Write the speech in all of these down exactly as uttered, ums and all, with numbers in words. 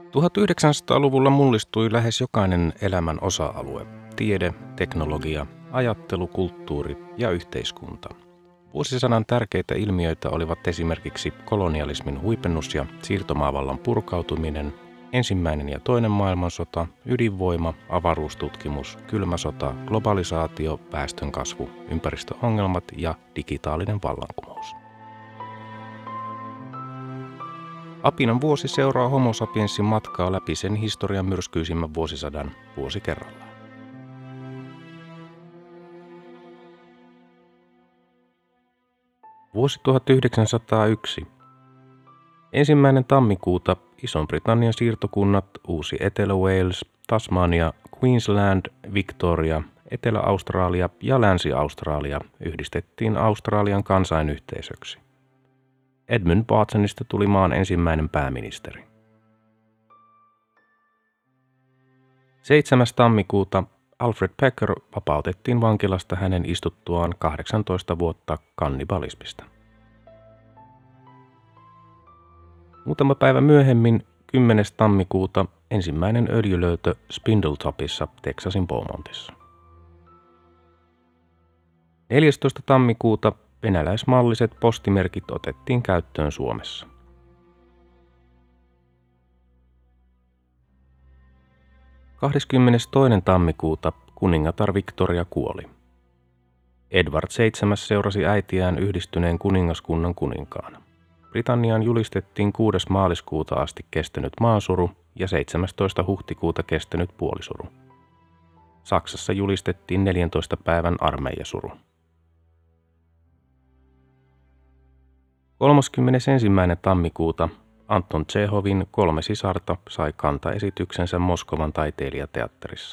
tuhatyhdeksänsataaluvulla mullistui lähes jokainen elämän osa-alue: tiede, teknologia, ajattelu, kulttuuri ja yhteiskunta. Vuosisadan tärkeitä ilmiöitä olivat esimerkiksi kolonialismin huipennus ja siirtomaavallan purkautuminen, ensimmäinen ja toinen maailmansota, ydinvoima, avaruustutkimus, kylmä sota, globalisaatio, väestönkasvu, ympäristöongelmat ja digitaalinen vallankumous. Apinan vuosi seuraa Homo sapiensin matkaa läpi sen historian myrskyisimmän vuosisadan vuosi kerrallaan. Vuosi tuhatyhdeksänsataayksi. Ensimmäinen tammikuuta Ison-Britannian siirtokunnat Uusi Etelä-Wales, Tasmania, Queensland, Victoria, Etelä-Australia ja Länsi-Australia yhdistettiin Australian kansainyhteisöksi. Edmund Bartonista tuli maan ensimmäinen pääministeri. seitsemäs tammikuuta Alfred Pecker vapautettiin vankilasta hänen istuttuaan kahdeksantoista vuotta kannibalismista. Muutama päivä myöhemmin, kymmenes tammikuuta, ensimmäinen öljylöytö Spindletopissa Texasin Beaumontissa. neljästoista tammikuuta venäläismalliset postimerkit otettiin käyttöön Suomessa. kahdeskymmenestoinen tammikuuta kuningatar Victoria kuoli. Edward seitsemäs seurasi äitiään yhdistyneen kuningaskunnan kuninkaana. Britanniaan julistettiin kuudes maaliskuuta asti kestänyt maasuru ja seitsemästoista huhtikuuta kestänyt puolisuru. Saksassa julistettiin neljäntoista päivän armeijasuru. kolmaskymmenesensimmäinen tammikuuta Anton Tšehovin Kolme sisarta sai kantaesityksensä Moskovan taiteilijateatterissa.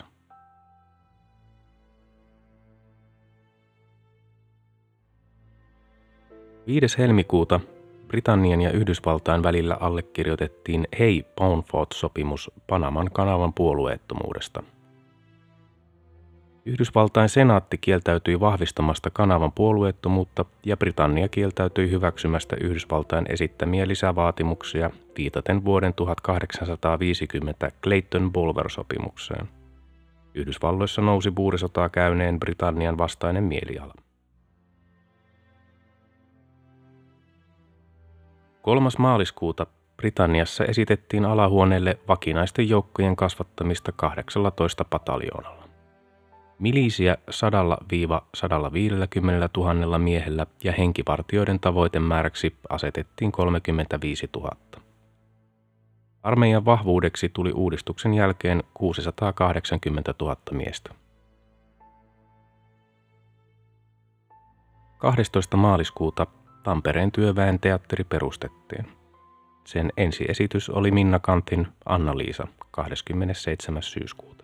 viides helmikuuta Britannian ja Yhdysvaltain välillä allekirjoitettiin Hay-Bounford-sopimus Panaman kanavan puolueettomuudesta. Yhdysvaltain senaatti kieltäytyi vahvistamasta kanavan puolueettomuutta ja Britannia kieltäytyi hyväksymästä Yhdysvaltain esittämiä lisävaatimuksia viitaten vuoden tuhatkahdeksansataaviisikymmentä Clayton-Bulwer-sopimukseen. Yhdysvalloissa nousi buurisotaa käyneen Britannian vastainen mieliala. kolmas maaliskuuta Britanniassa esitettiin alahuoneelle vakinaisten joukkojen kasvattamista kahdeksallatoista pataljoonalla. Milisiä sadalla viidelläkymmenellä tuhannella miehellä ja henkivartijoiden tavoitemääräksi asetettiin kolmekymmentäviisituhatta. Armeijan vahvuudeksi tuli uudistuksen jälkeen kuusisataakahdeksankymmentätuhatta miestä. kahdestoista maaliskuuta Tampereen työväen teatteri perustettiin. Sen ensiesitys oli Minna Canthin Anna-Liisa kahdeskymmenesseitsemäs syyskuuta.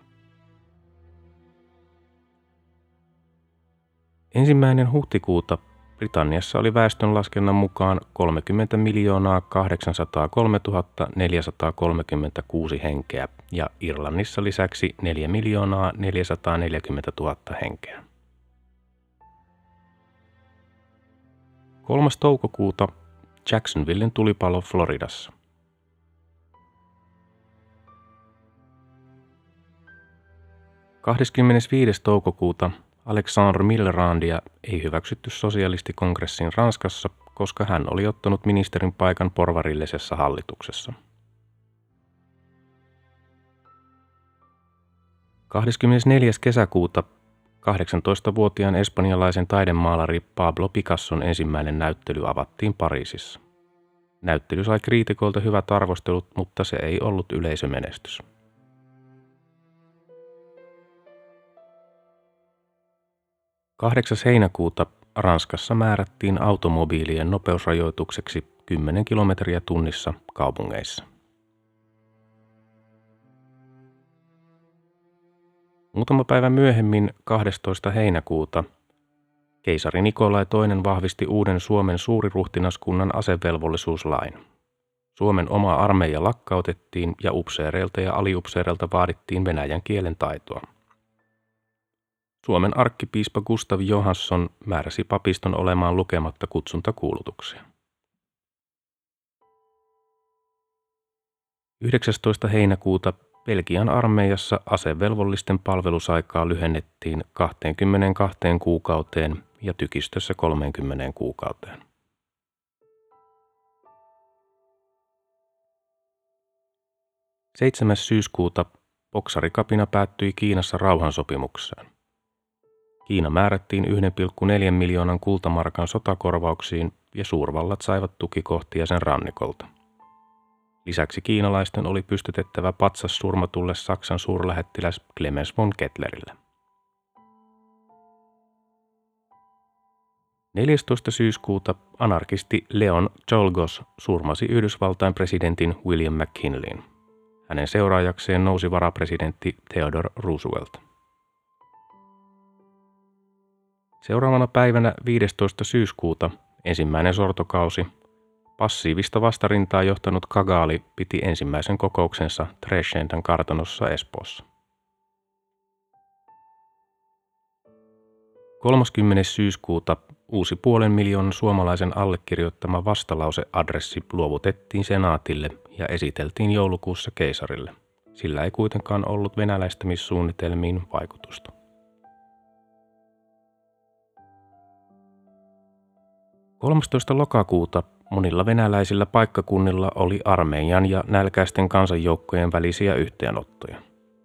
Ensimmäinen huhtikuuta Britanniassa oli väestönlaskennan mukaan kolmekymmentä miljoonaa kahdeksansataakolmetuhatta neljäsataakolmekymmentäkuusi henkeä ja Irlannissa lisäksi neljä miljoonaa neljäsataaneljäkymmentätuhatta henkeä. kolmas toukokuuta Jacksonvillen tulipalo Floridassa. kahdeskymmenesviides toukokuuta Alexandre Millerandia ei hyväksytty sosialistikongressin Ranskassa, koska hän oli ottanut ministerin paikan porvarillisessa hallituksessa. kahdeskymmenesneljäs kesäkuuta kahdeksantoistavuotiaan espanjalaisen taidemaalari Pablo Picasson ensimmäinen näyttely avattiin Pariisissa. Näyttely sai kriitikoilta hyvät arvostelut, mutta se ei ollut yleisömenestys. kahdeksas heinäkuuta Ranskassa määrättiin automobiilien nopeusrajoitukseksi kymmenen kilometriä tunnissa kaupungeissa. Muutama päivä myöhemmin, kahdestoista heinäkuuta, keisari Nikolai toinen vahvisti uuden Suomen suuriruhtinaskunnan asevelvollisuuslain. Suomen oma armeija lakkautettiin ja upseereilta ja aliupseereilta vaadittiin venäjän kielen taitoa. Suomen arkkipiispa Gustav Johansson määräsi papiston olemaan lukematta kutsuntakuulutuksia. yhdeksästoista heinäkuuta Belgian armeijassa asevelvollisten palvelusaikaa lyhennettiin kaksikymmentäkaksi kuukauteen ja tykistössä kolmekymmentä kuukauteen. seitsemäs syyskuuta boksarikapina päättyi Kiinassa rauhansopimukseen. Kiina määrättiin yksi pilkku neljä miljoonan kultamarkan sotakorvauksiin ja suurvallat saivat tukikohtia sen rannikolta. Lisäksi kiinalaisten oli pystytettävä patsas surmatulle Saksan suurlähettiläs Clemens von Kettlerille. neljästoista syyskuuta anarkisti Leon Czolgosz surmasi Yhdysvaltain presidentin William McKinleyn. Hänen seuraajakseen nousi varapresidentti Theodore Roosevelt. Seuraavana päivänä viidestoista syyskuuta ensimmäinen sortokausi passiivista vastarintaa johtanut Kagaali piti ensimmäisen kokouksensa Trescentan kartanossa Espoossa. kolmaskymmenes syyskuuta uusi puolen miljoonan suomalaisen allekirjoittama vastalauseadressi luovutettiin senaatille ja esiteltiin joulukuussa keisarille. Sillä ei kuitenkaan ollut venäläistämissuunnitelmiin vaikutusta. kolmastoista lokakuuta monilla venäläisillä paikkakunnilla oli armeijan ja nälkäisten kansanjoukkojen välisiä yhteenottoja.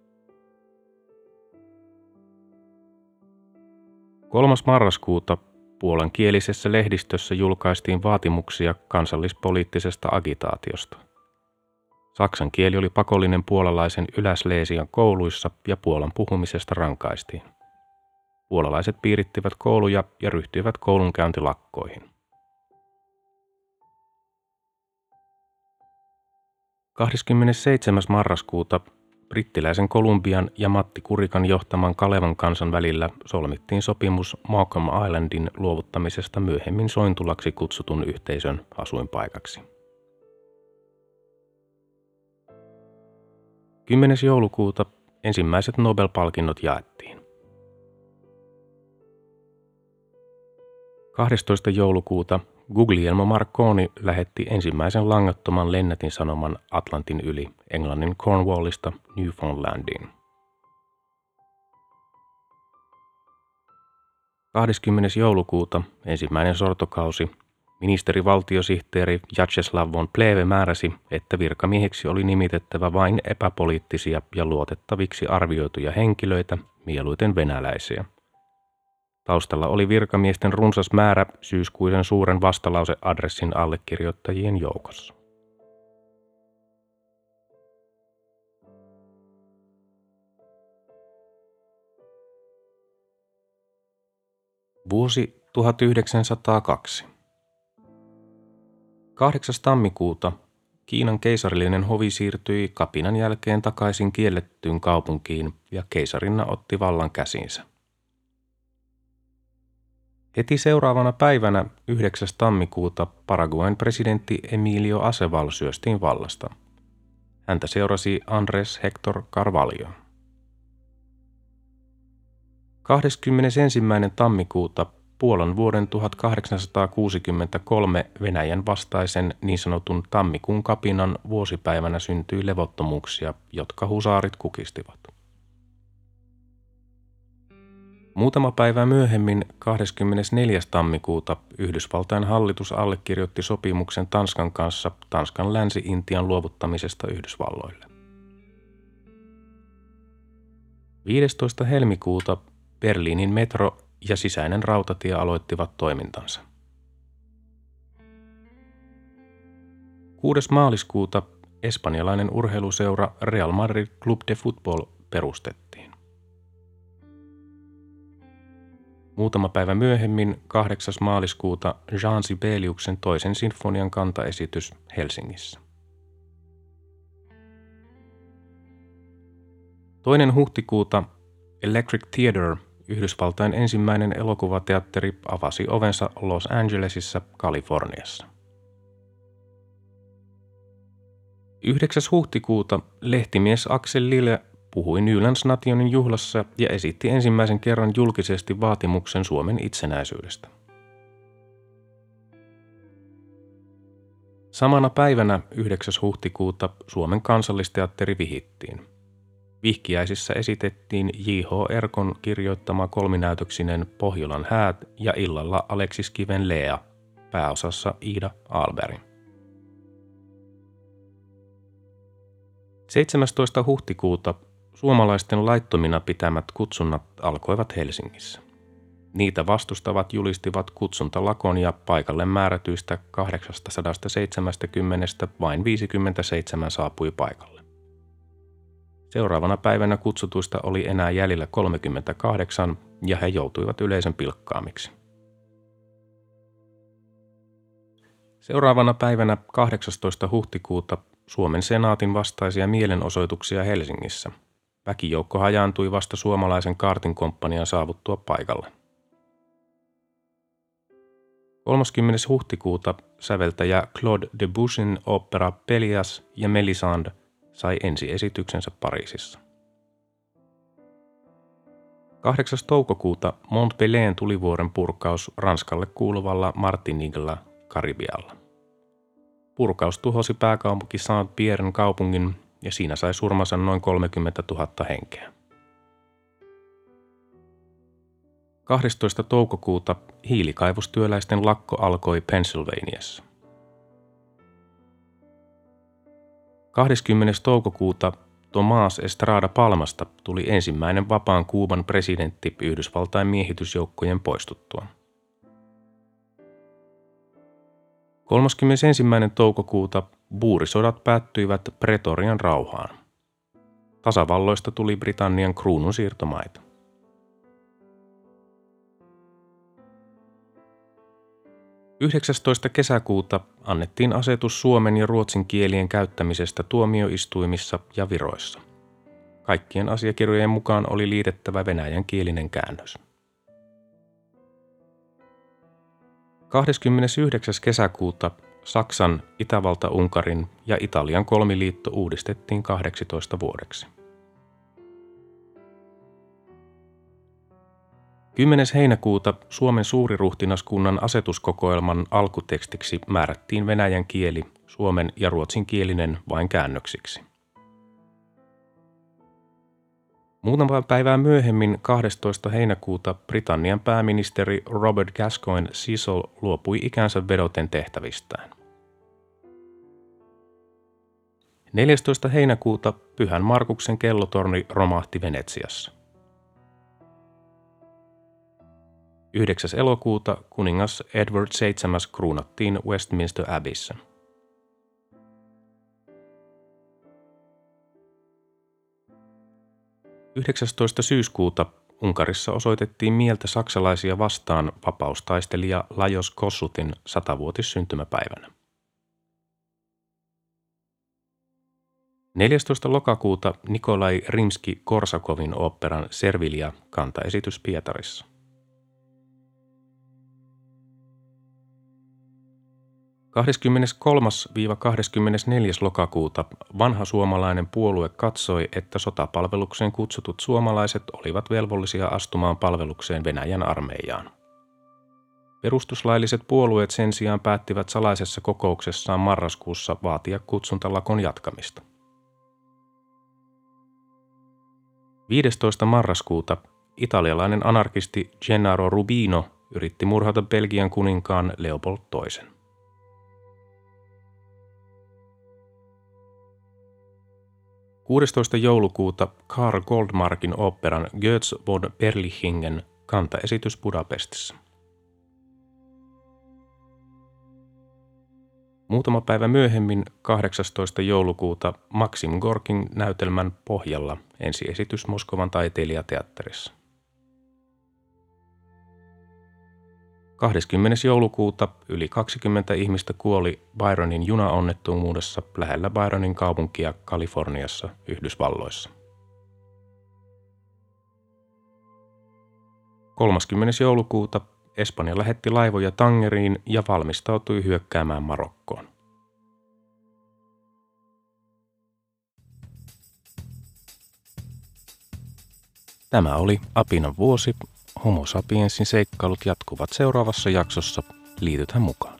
kolmas marraskuuta puolankielisessä lehdistössä julkaistiin vaatimuksia kansallispoliittisesta agitaatiosta. Saksan kieli oli pakollinen puolalaisen Yläsleesian kouluissa ja Puolan puhumisesta rankaistiin. Puolalaiset piirittivät kouluja ja ryhtyivät koulunkäyntilakkoihin. kahdeskymmenesseitsemäs marraskuuta brittiläisen Kolumbian ja Matti Kurikan johtaman Kalevan kansan välillä solmittiin sopimus Morecambe Islandin luovuttamisesta myöhemmin Sointulaksi kutsutun yhteisön asuinpaikaksi. kymmenes joulukuuta ensimmäiset Nobel-palkinnot jaettiin. kahdestoista joulukuuta Guglielmo Marconi lähetti ensimmäisen langattoman lennätin sanoman Atlantin yli Englannin Cornwallista Newfoundlandiin. kahdeskymmenes joulukuuta ensimmäinen sortokausi ministerivaltiosihteeri Vyacheslav von Plehve määräsi, että virkamieheksi oli nimitettävä vain epäpoliittisia ja luotettaviksi arvioituja henkilöitä, mieluiten venäläisiä. Taustalla oli virkamiesten runsas määrä syyskuisen suuren vastalauseadressin allekirjoittajien joukossa. Vuosi tuhatyhdeksänsataakaksi. kahdeksas tammikuuta Kiinan keisarillinen hovi siirtyi kapinan jälkeen takaisin kiellettyyn kaupunkiin ja keisarinna otti vallan käsiinsä. Heti seuraavana päivänä yhdeksäs tammikuuta Paraguayn presidentti Emilio Aceval syöstiin vallasta. Häntä seurasi Andrés Héctor Carvalho. kahdeskymmenesensimmäinen tammikuuta Puolan vuoden tuhatkahdeksansataakuusikymmentäkolme Venäjän vastaisen niin sanotun tammikuun kapinan vuosipäivänä syntyi levottomuuksia, jotka husaarit kukistivat. Muutama päivä myöhemmin, kahdeskymmenesneljäs tammikuuta, Yhdysvaltain hallitus allekirjoitti sopimuksen Tanskan kanssa Tanskan Länsi-Intian luovuttamisesta Yhdysvalloille. viidestoista helmikuuta Berliinin metro ja sisäinen rautatie aloittivat toimintansa. kuudes maaliskuuta espanjalainen urheiluseura Real Madrid Club de Fútbol perustettiin. Muutama päivä myöhemmin, kahdeksas maaliskuuta, Jean Sibeliuksen toisen sinfonian kantaesitys Helsingissä. Toinen huhtikuuta Electric Theatre, Yhdysvaltain ensimmäinen elokuvateatteri, avasi ovensa Los Angelesissa, Kaliforniassa. yhdeksäs huhtikuuta lehtimies Axel Lille puhui Nylandsnationin juhlassa ja esitti ensimmäisen kerran julkisesti vaatimuksen Suomen itsenäisyydestä. Samana päivänä yhdeksäs huhtikuuta Suomen Kansallisteatteri vihittiin. Vihkiäisissä esitettiin J H Erkon kirjoittama kolminäytöksinen Pohjolan häät ja illalla Aleksis Kiven Lea, pääosassa Ida Ahlberg. seitsemästoista huhtikuuta suomalaisten laittomina pitämät kutsunnat alkoivat Helsingissä. Niitä vastustavat julistivat kutsuntalakon ja paikalle määrätyistä kahdeksansataaseitsemänkymmentä vain viisikymmentäseitsemän saapui paikalle. Seuraavana päivänä kutsutuista oli enää jäljellä kolmekymmentäkahdeksan ja he joutuivat yleisön pilkkaamiksi. Seuraavana päivänä kahdeksastoista huhtikuuta Suomen senaatin vastaisia mielenosoituksia Helsingissä. Väkijoukko hajaantui vasta suomalaisen kaartinkomppanian saavuttua paikalle. kolmaskymmenes huhtikuuta säveltäjä Claude Debussyn opera Pelléas ja Mélisande sai ensiesityksensä Pariisissa. kahdeksas toukokuuta Montpellierin tulivuoren purkaus Ranskalle kuuluvalla Martiniquella Karibialla. Purkaus tuhosi pääkaupunki Saint-Pierren kaupungin ja siinä sai surmansa noin kolmekymmentätuhatta henkeä. kahdestoista toukokuuta hiilikaivostyöläisten lakko alkoi Pennsylvaniassa. kahdeskymmenes toukokuuta Tomás Estrada Palmasta tuli ensimmäinen vapaan Kuuban presidentti Yhdysvaltain miehitysjoukkojen poistuttua. kolmaskymmenesensimmäinen toukokuuta buurisodat päättyivät Pretorian rauhaan. Tasavalloista tuli Britannian kruununsiirtomaita. yhdeksästoista kesäkuuta annettiin asetus suomen ja ruotsin kielien käyttämisestä tuomioistuimissa ja viroissa. Kaikkien asiakirjojen mukaan oli liitettävä venäjänkielinen käännös. kahdeskymmenesyhdeksäs kesäkuuta Saksan, Itävalta-Unkarin ja Italian kolmiliitto uudistettiin kahdeksitoista vuodeksi. kymmenes heinäkuuta Suomen suuriruhtinaskunnan asetuskokoelman alkutekstiksi määrättiin venäjän kieli, suomen ja ruotsinkielinen vain käännöksiksi. Muutama päivää myöhemmin kahdestoista heinäkuuta Britannian pääministeri Robert Gascoigne Cecil luopui ikänsä vedoten tehtävistään. neljästoista heinäkuuta Pyhän Markuksen kellotorni romahti Venetsiassa. yhdeksäs elokuuta kuningas Edward seitsemäs kruunattiin Westminster Abbeyssä. yhdeksästoista syyskuuta Unkarissa osoitettiin mieltä saksalaisia vastaan vapaustaistelija Lajos Kossuthin satavuotissyntymäpäivänä. neljästoista lokakuuta Nikolai Rimski-Korsakovin oopperan Servilia kantaesitys Pietarissa. kahdeskymmeneskolmas kahdeskymmenesneljäs lokakuuta vanha suomalainen puolue katsoi, että sotapalvelukseen kutsutut suomalaiset olivat velvollisia astumaan palvelukseen Venäjän armeijaan. Perustuslailliset puolueet sen sijaan päättivät salaisessa kokouksessaan marraskuussa vaatia kutsuntalakon jatkamista. viidestoista marraskuuta italialainen anarkisti Gennaro Rubino yritti murhata Belgian kuninkaan Leopold toisen. kuudestoista joulukuuta Karl Goldmarkin oopperan Götz von Berlichingen kantaesitys Budapestissa. Muutama päivä myöhemmin, kahdeksastoista joulukuuta, Maksim Gorkin näytelmän Pohjalla ensiesitys Moskovan taiteilijateatterissa. kahdeskymmenes joulukuuta yli kaksikymmentä ihmistä kuoli Byronin junaonnettomuudessa lähellä Byronin kaupunkia Kaliforniassa, Yhdysvalloissa. kolmaskymmenes joulukuuta Espanja lähetti laivoja Tangeriin ja valmistautui hyökkäämään Marokkoon. Tämä oli Apinan vuosi. Homo sapiensin seikkailut jatkuvat seuraavassa jaksossa. Liitythän mukaan.